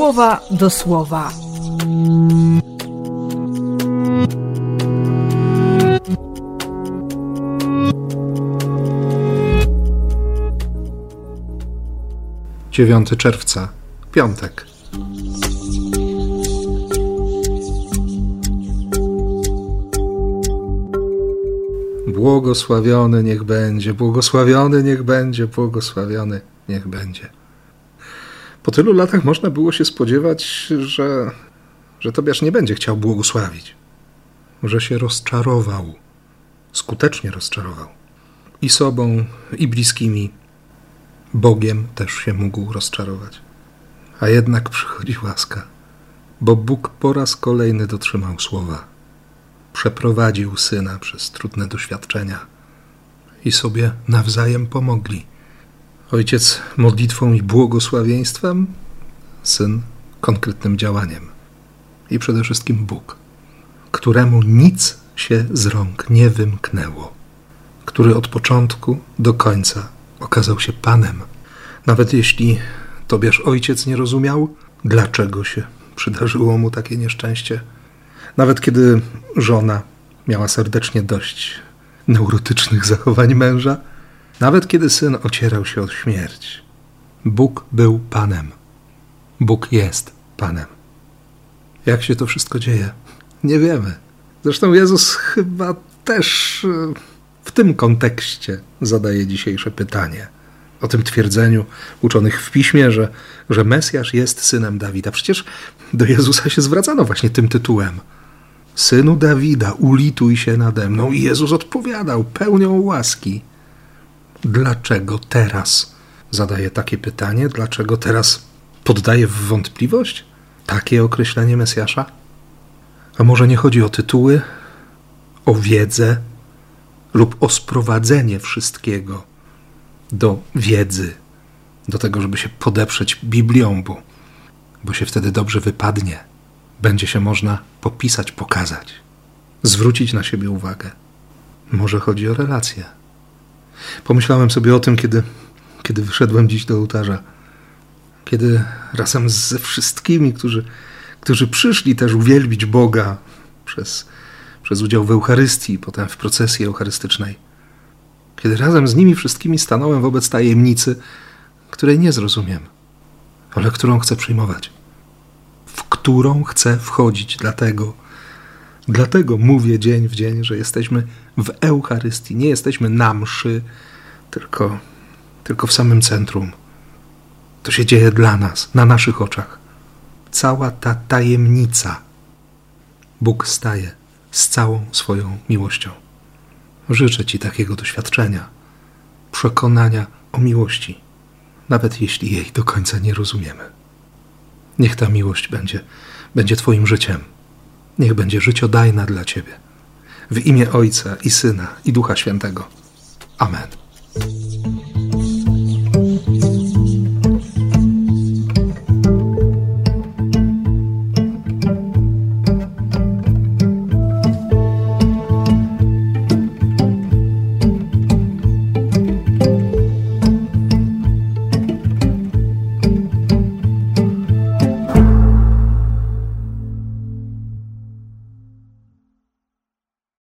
słowa do słowa. Dziewiąty czerwca, piątek. Błogosławiony niech będzie, błogosławiony niech będzie, błogosławiony niech będzie. Po tylu latach można było się spodziewać, że Tobiasz nie będzie chciał błogosławić, że się rozczarował, skutecznie rozczarował. I sobą, i bliskimi. Bogiem też się mógł rozczarować. A jednak przychodzi łaska, bo Bóg po raz kolejny dotrzymał słowa. Przeprowadził Syna przez trudne doświadczenia i sobie nawzajem pomogli. Ojciec modlitwą i błogosławieństwem, Syn konkretnym działaniem. I przede wszystkim Bóg, któremu nic się z rąk nie wymknęło, który od początku do końca okazał się Panem. Nawet jeśli Tobiasz ojciec nie rozumiał, dlaczego się przydarzyło mu takie nieszczęście. Nawet kiedy żona miała serdecznie dość neurotycznych zachowań męża, nawet kiedy syn ocierał się o śmierć, Bóg był Panem. Bóg jest Panem. Jak się to wszystko dzieje? Nie wiemy. Zresztą Jezus chyba też w tym kontekście zadaje dzisiejsze pytanie. O tym twierdzeniu uczonych w Piśmie, że Mesjasz jest synem Dawida. Przecież do Jezusa się zwracano właśnie tym tytułem. Synu Dawida, ulituj się nade mną. I Jezus odpowiadał pełnią łaski. Dlaczego teraz zadaje takie pytanie? Dlaczego teraz poddaje w wątpliwość takie określenie Mesjasza? A może nie chodzi o tytuły, o wiedzę lub o sprowadzenie wszystkiego do wiedzy, do tego, żeby się podeprzeć Biblią, bo się wtedy dobrze wypadnie. Będzie się można popisać, pokazać, zwrócić na siebie uwagę. Może chodzi o relacje. Pomyślałem sobie o tym, kiedy wyszedłem dziś do ołtarza, kiedy razem ze wszystkimi, którzy przyszli też uwielbić Boga przez udział w Eucharystii, potem w procesji eucharystycznej, kiedy razem z nimi wszystkimi stanąłem wobec tajemnicy, której nie zrozumiem, ale którą chcę przyjmować, w którą chcę wchodzić. Dlatego mówię dzień w dzień, że jesteśmy w Eucharystii. Nie jesteśmy na mszy, tylko w samym centrum. To się dzieje dla nas, na naszych oczach. Cała ta tajemnica. Bóg staje z całą swoją miłością. Życzę Ci takiego doświadczenia, przekonania o miłości, nawet jeśli jej do końca nie rozumiemy. Niech ta miłość będzie Twoim życiem. Niech będzie życiodajna dla Ciebie. W imię Ojca i Syna i Ducha Świętego. Amen.